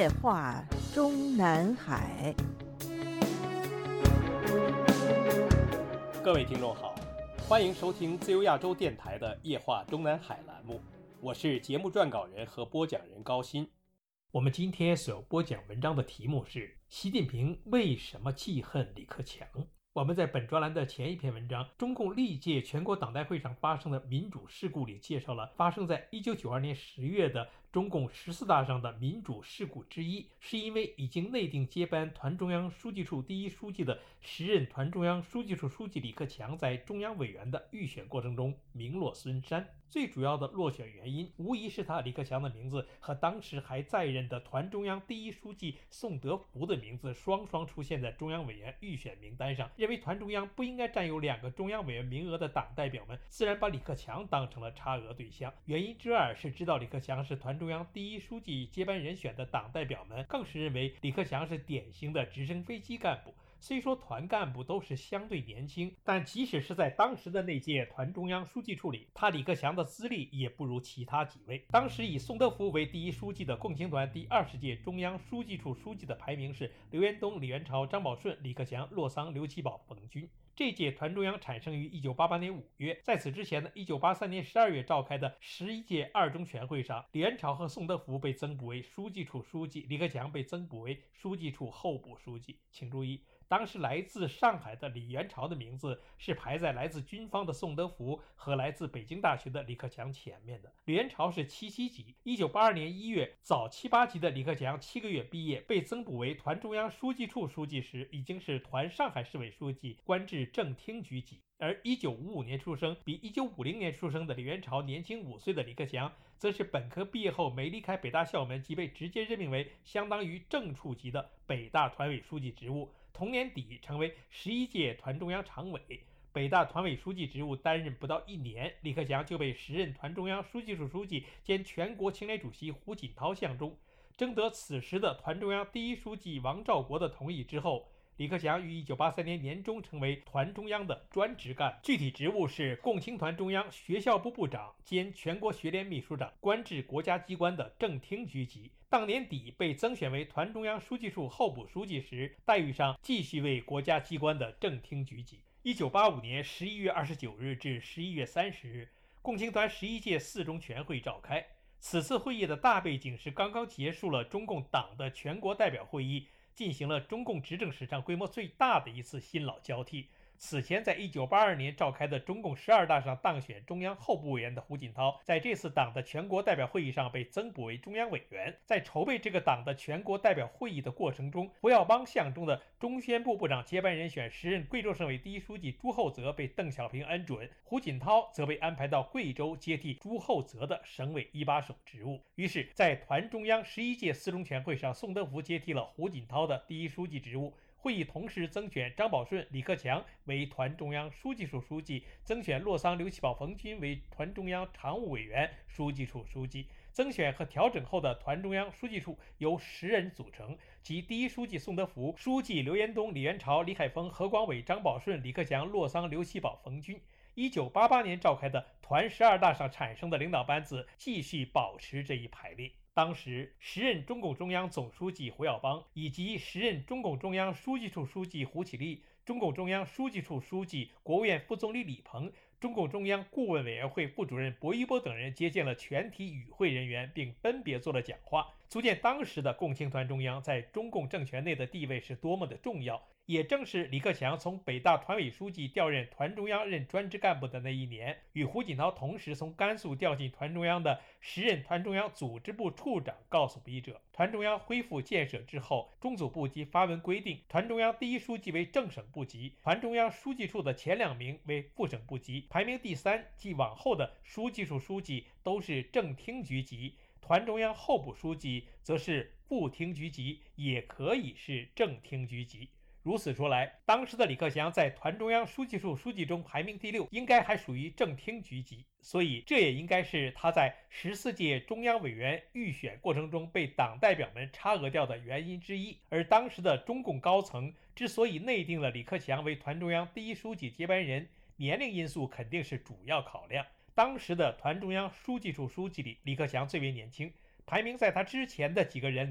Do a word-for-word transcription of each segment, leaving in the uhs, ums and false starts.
夜话中南海。 各位听众好，欢迎收听自由亚洲电台的夜话中南海栏目，我是节目撰稿人和播讲人高鑫。我们今天所播讲文章的题目是习近平为什么记恨李克强。我们在本专栏的前一篇文章中共历届全国党代会上发生的民主事故里介绍了发生在一九九二年十月的中共十四大上的民主事故之一，是因为已经内定接班团中央书记处第一书记的时任团中央书记处书记李克强在中央委员的预选过程中名落孙山。最主要的落选原因无疑是他李克强的名字和当时还在任的团中央第一书记宋德福的名字双双出现在中央委员预选名单上，认为团中央不应该占有两个中央委员名额的党代表们自然把李克强当成了查额对象。原因之二是知道李克强是团中央第一书记接班人选的党代表们更是认为李克强是典型的直升飞机干部。虽说团干部都是相对年轻，但即使是在当时的那届团中央书记处里，他李克强的资历也不如其他几位。当时以宋德福为第一书记的共青团第二十届中央书记处书记的排名是刘延东、李元朝、张宝顺、李克强、骆桑、刘奇葆、冯军。这届团中央产生于一九八八年五月，在此之前的一九八三年十二月召开的十一届二中全会上，李元朝和宋德福被增补为书记处书记，李克强被增补为书记处候补书记。请注意，当时来自上海的李元朝的名字是排在来自军方的宋德福和来自北京大学的李克强前面的。李元朝是七七级，一九八二年一月早七八级的李克强七个月毕业，被增补为团中央书记处书记时已经是团上海市委书记，官至正厅局级。而一九五五年出生，比一九五零年出生的李元朝年轻五岁的李克强，则是本科毕业后没离开北大校门，即被直接任命为相当于正处级的北大团委书记职务。同年底成为十一届团中央常委。北大团委书记职务担任不到一年，李克强就被时任团中央书记处书记兼全国青联主席胡锦涛相中。征得此时的团中央第一书记王兆国的同意之后，李克强于一九八三年年中成为团中央的专职干部，具体职务是共青团中央学校部部长兼全国学联秘书长，官至国家机关的正厅局级。当年底被增选为团中央书记处候补书记时，待遇上继续为国家机关的正厅局级。一九八五年十一月二十九日至十一月三十日，共青团十一届四中全会召开。此次会议的大背景是刚刚结束了中共党的全国代表会议，进行了中共执政史上规模最大的一次新老交替。此前在一九八二年召开的中共十二大上当选中央候补委员的胡锦涛，在这次党的全国代表会议上被增补为中央委员。在筹备这个党的全国代表会议的过程中，胡耀邦相中的中宣部部长接班人选时任贵州省委第一书记朱厚泽被邓小平恩准，胡锦涛则被安排到贵州接替朱厚泽的省委一把手职务。于是在团中央十一届四中全会上，宋德福接替了胡锦涛的第一书记职务。会议同时增选张宝顺、李克强为团中央书记处书记，增选骆桑、刘奇葆、冯军为团中央常务委员、书记处书记。增选和调整后的团中央书记处由十人组成，即第一书记宋德福，书记刘延东、李元朝、李海峰、何广伟、张宝顺、李克强、骆桑、刘奇葆、冯军。一九八八年召开的团十二大上产生的领导班子继续保持这一排列。当时时任中共中央总书记胡耀邦以及时任中共中央书记处书记胡启立、中共中央书记处书记、国务院副总理李鹏、中共中央顾问委员会副主任薄一波等人接见了全体与会人员，并分别做了讲话，足见当时的共青团中央在中共政权内的地位是多么的重要。也正是李克强从北大团委书记调任团中央任专职干部的那一年，与胡锦涛同时从甘肃调进团中央的时任团中央组织部处长告诉笔者，团中央恢复建设之后，中组部即发文规定，团中央第一书记为正省部级，团中央书记处的前两名为副省部级，排名第三即往后的书记处书记都是正厅局级，团中央候补书记则是副厅局级，也可以是正厅局级。如此说来，当时的李克强在团中央书记处书记中排名第六，应该还属于正厅局级，所以这也应该是他在十四届中央委员预选过程中被党代表们差额掉的原因之一。而当时的中共高层之所以内定了李克强为团中央第一书记接班人，年龄因素肯定是主要考量。当时的团中央书记处书记里，李克强最为年轻，排名在他之前的几个人里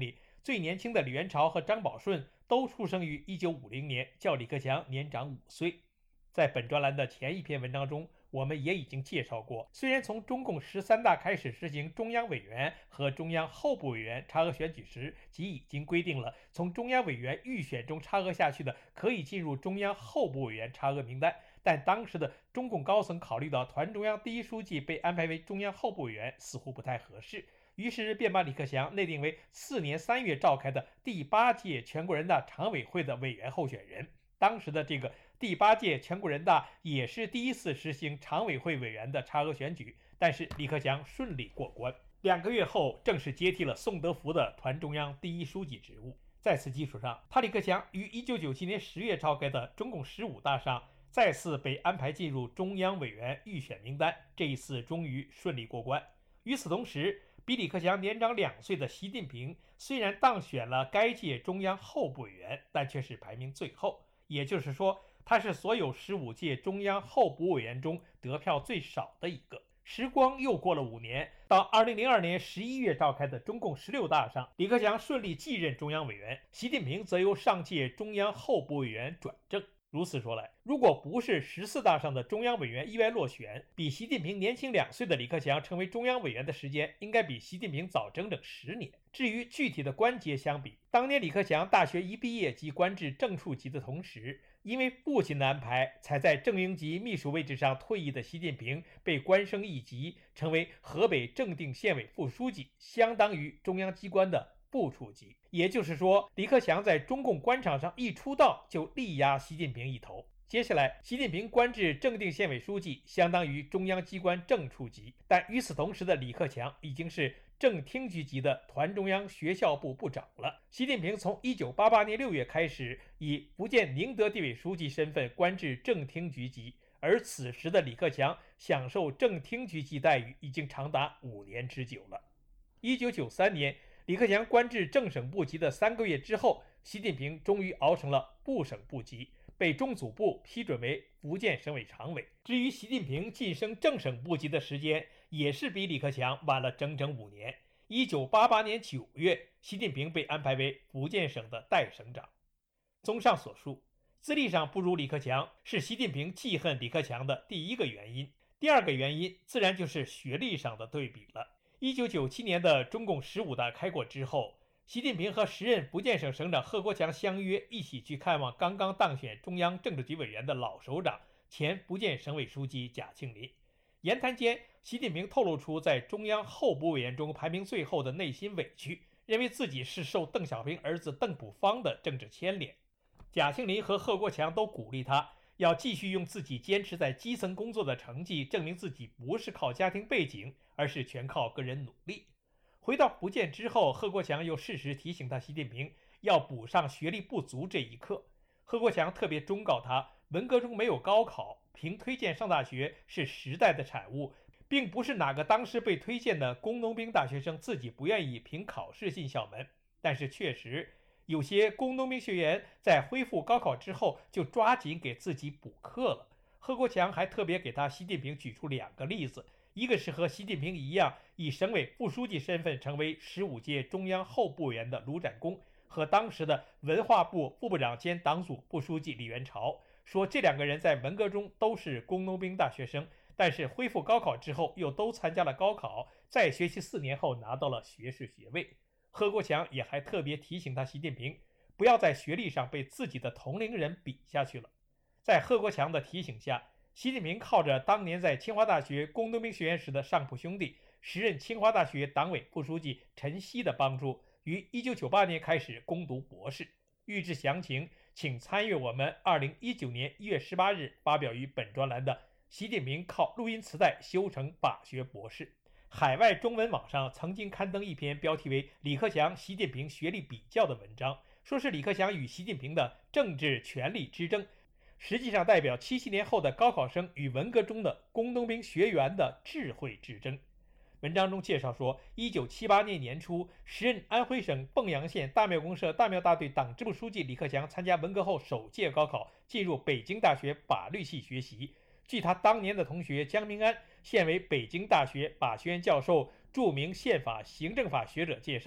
最年轻的李元朝和张宝顺都出生于一九五零年，较李克强年长五岁。在本专栏的前一篇文章中，我们也已经介绍过，虽然从中共十三大开始实行中央委员和中央候补委员查核选举时，即已经规定了从中央委员预选中查核下去的可以进入中央候补委员查核名单，但当时的中共高层考虑到团中央第一书记被安排为中央候补委员似乎不太合适，于是便把李克强内定为次年三月召开的第八届全国人大常委会的委员候选人。当时的这个第八届全国人大也是第一次实行常委会委员的查核选举，但是李克强顺利过关。两个月后，正式接替了宋德福的团中央第一书记职务。在此基础上，他李克强于一九九七年十月召开的中共十五大上再次被安排进入中央委员预选名单，这一次终于顺利过关。与此同时，比李克强年长两岁的习近平虽然当选了该届中央候补委员，但却是排名最后，也就是说，他是所有十五届中央候补委员中得票最少的一个。时光又过了五年，到二零零二年十一月召开的中共十六大上，李克强顺利继任中央委员，习近平则由上届中央候补委员转正。如此说来，如果不是十四大上的中央委员意外落选，比习近平年轻两岁的李克强成为中央委员的时间应该比习近平早整整十年。至于具体的关节相比，当年李克强大学一毕业即官至正处级的同时，因为父亲的安排，才在正营级秘书位置上退役的习近平被官升一级，成为河北正定县委副书记，相当于中央机关的副处级。也就是说，李克强在中共官场上一出道就力压习近平一头。接下来，习近平官至正定县委书记，相当于中央机关正处级。但与此同时的李克强已经是正厅局级的团中央学校部部长了。习近平从一九八八年六月开始，以福建宁德地委书记身份官至正厅局级，而此时的李克强享受正厅局级待遇已经长达五年之久了。一九九三年，李克强官至正省部级的三个月之后，习近平终于熬成了部省部级，被中组部批准为福建省委常委。至于习近平晋升正省部级的时间，也是比李克强晚了整整五年。一九八八年九月，习近平被安排为福建省的代省长。综上所述，资历上不如李克强是习近平记恨李克强的第一个原因。第二个原因自然就是学历上的对比了。一九九七年的中共十五大开过之后，习近平和时任福建省省长贺国强相约一起去看望刚刚当选中央政治局委员的老首长，前福建省委书记贾庆林。言谈间，习近平透露出在中央候补委员中排名最后的内心委屈，认为自己是受邓小平儿子邓朴方的政治牵连。贾庆林和贺国强都鼓励他要继续用自己坚持在基层工作的成绩证明自己不是靠家庭背景，而是全靠个人努力。回到福建之后，贺国强又适时提醒他习近平要补上学历不足这一课。贺国强特别忠告他，文革中没有高考，凭推荐上大学是时代的产物，并不是哪个当时被推荐的工农兵大学生自己不愿意凭考试进校门。但是确实有些工农兵学员在恢复高考之后就抓紧给自己补课了。贺国强还特别给他习近平举出两个例子，一个是和习近平一样以省委副书记身份成为十五届中央候补委员的卢展公，和当时的文化部副部长兼党组副书记李元朝，说这两个人在文革中都是工农兵大学生，但是恢复高考之后又都参加了高考，在学习四年后拿到了学士学位。贺国强也还特别提醒他习近平不要在学历上被自己的同龄人比下去了。在贺国强的提醒下，习近平靠着当年在清华大学工农兵学院时的上铺兄弟，时任清华大学党委副书记陈希的帮助，于一九九八年开始攻读博士。预知详情，请参阅我们二零一九年一月十八日发表于本专栏的《习近平靠录音磁带修成法学博士》。海外中文网上曾经刊登一篇标题为《李克强、习近平学历比较》的文章，说是李克强与习近平的政治权力之争，实际上代表七七年后的高考生与文革中的工农兵学员的智慧之争。文章中介绍说，一九七八年年初，时任安徽省凤阳县大庙公社大庙大队党支部书记李克强参加文革后首届高考，进入北京大学法律系学习。据他当年的同学江明安，现为北京大学法学院教授、著名宪法行政法学者介绍，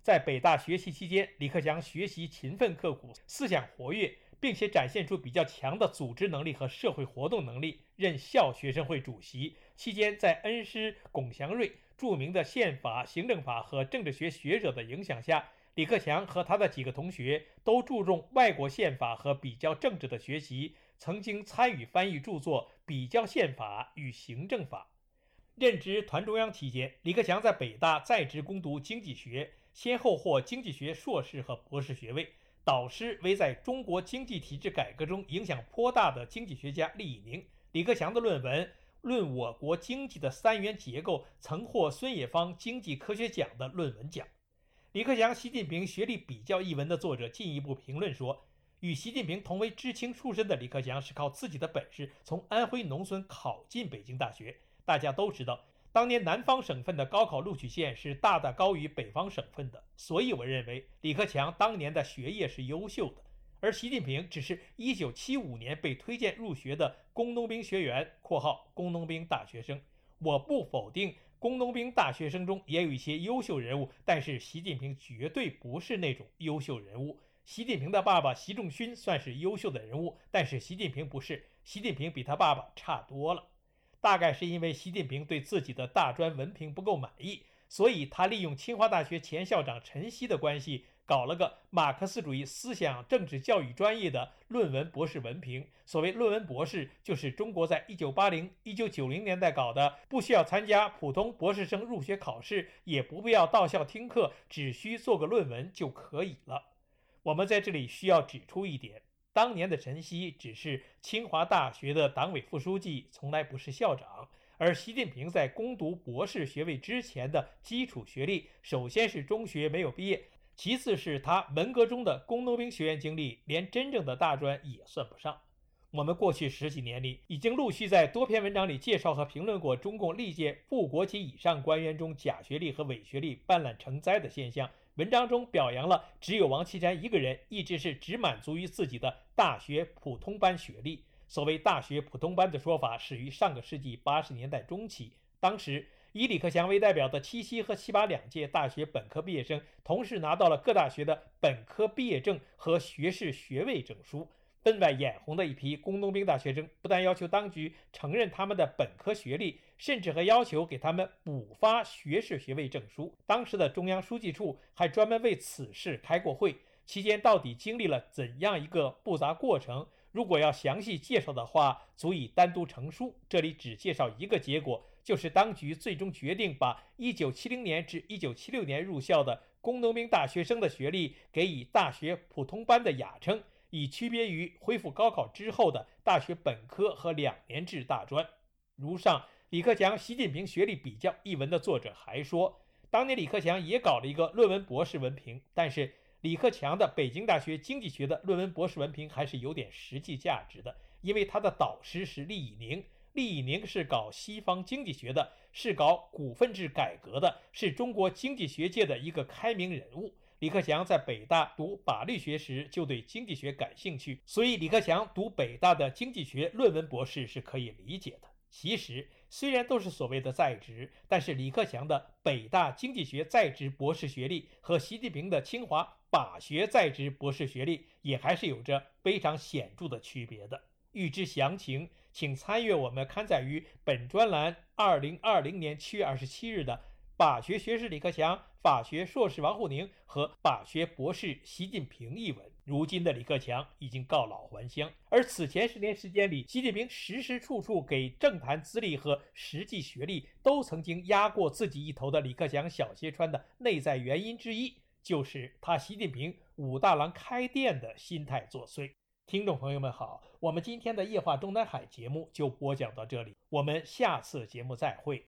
在北大学习期间，李克强学习勤奋刻苦，思想活跃，并且展现出比较强的组织能力和社会活动能力，任校学生会主席。期间，在恩师龚祥瑞著名的宪法、行政法和政治学学者的影响下，李克强和他的几个同学都注重外国宪法和比较政治的学习，曾经参与翻译著作《比较宪法与行政法》。任职团中央期间，李克强在北大在职攻读经济学，先后获经济学硕士和博士学位。导师为在中国经济体制改革中影响颇大的经济学家厉以宁。李克强的论文《论我国经济的三元结构》曾获孙冶方经济科学奖的论文奖。李克强、习近平学历比较一文的作者进一步评论说，与习近平同为知青出身的李克强是靠自己的本事从安徽农村考进北京大学。大家都知道，当年南方省份的高考录取线是大大高于北方省份的，所以我认为李克强当年的学业是优秀的，而习近平只是一九七五年被推荐入学的工农兵学员（括号工农兵大学生）。我不否定工农兵大学生中也有一些优秀人物，但是习近平绝对不是那种优秀人物。习近平的爸爸习仲勋算是优秀的人物，但是习近平不是，习近平比他爸爸差多了。大概是因为习近平对自己的大专文凭不够满意，所以他利用清华大学前校长陈希的关系，搞了个马克思主义思想政治教育专业的论文博士文凭。所谓论文博士，就是中国在一九八零、一九九零年代搞的，不需要参加普通博士生入学考试，也不必要到校听课，只需做个论文就可以了。我们在这里需要指出一点，当年的陈希只是清华大学的党委副书记，从来不是校长。而习近平在攻读博士学位之前的基础学历，首先是中学没有毕业，其次是他文革中的工农兵学院经历，连真正的大专也算不上。我们过去十几年里，已经陆续在多篇文章里介绍和评论过中共历届副国级以上官员中假学历和伪学历泛滥成灾的现象。文章中表扬了只有王岐山一个人一直是只满足于自己的大学普通班学历。所谓大学普通班的说法始于上个世纪八十年代中期，当时以李克强为代表的七七和七八两届大学本科毕业生同时拿到了各大学的本科毕业证和学士学位证书。分外眼红的一批工农兵大学生不但要求当局承认他们的本科学历，甚至还要求给他们补发学士学位证书。当时的中央书记处还专门为此事开过会，期间到底经历了怎样一个复杂过程，如果要详细介绍的话，足以单独成书。这里只介绍一个结果，就是当局最终决定把一九七零年至一九七六年入校的工农兵大学生的学历给以大学普通班的雅称，以区别于恢复高考之后的大学本科和两年制大专。如上，李克强、习近平学历比较一文的作者还说，当年李克强也搞了一个论文博士文凭，但是李克强的北京大学经济学的论文博士文凭还是有点实际价值的，因为他的导师是厉以宁。厉以宁是搞西方经济学的，是搞股份制改革的，是中国经济学界的一个开明人物。李克强在北大读法律学时就对经济学感兴趣，所以李克强读北大的经济学论文博士是可以理解的。其实虽然都是所谓的在职，但是李克强的北大经济学在职博士学历和习近平的清华法学在职博士学历也还是有着非常显著的区别的。欲知详情，请参阅我们刊载于本专栏二零二零年七月二十七日的法学学士李克强、法学硕士王沪宁和法学博士习近平一文。如今的李克强已经告老还乡，而此前十年时间里，习近平时时处处给政坛资历和实际学历都曾经压过自己一头的李克强小鞋穿的内在原因之一，就是他习近平武大郎开店的心态作祟。听众朋友们好，我们今天的夜话中南海节目就播讲到这里，我们下次节目再会。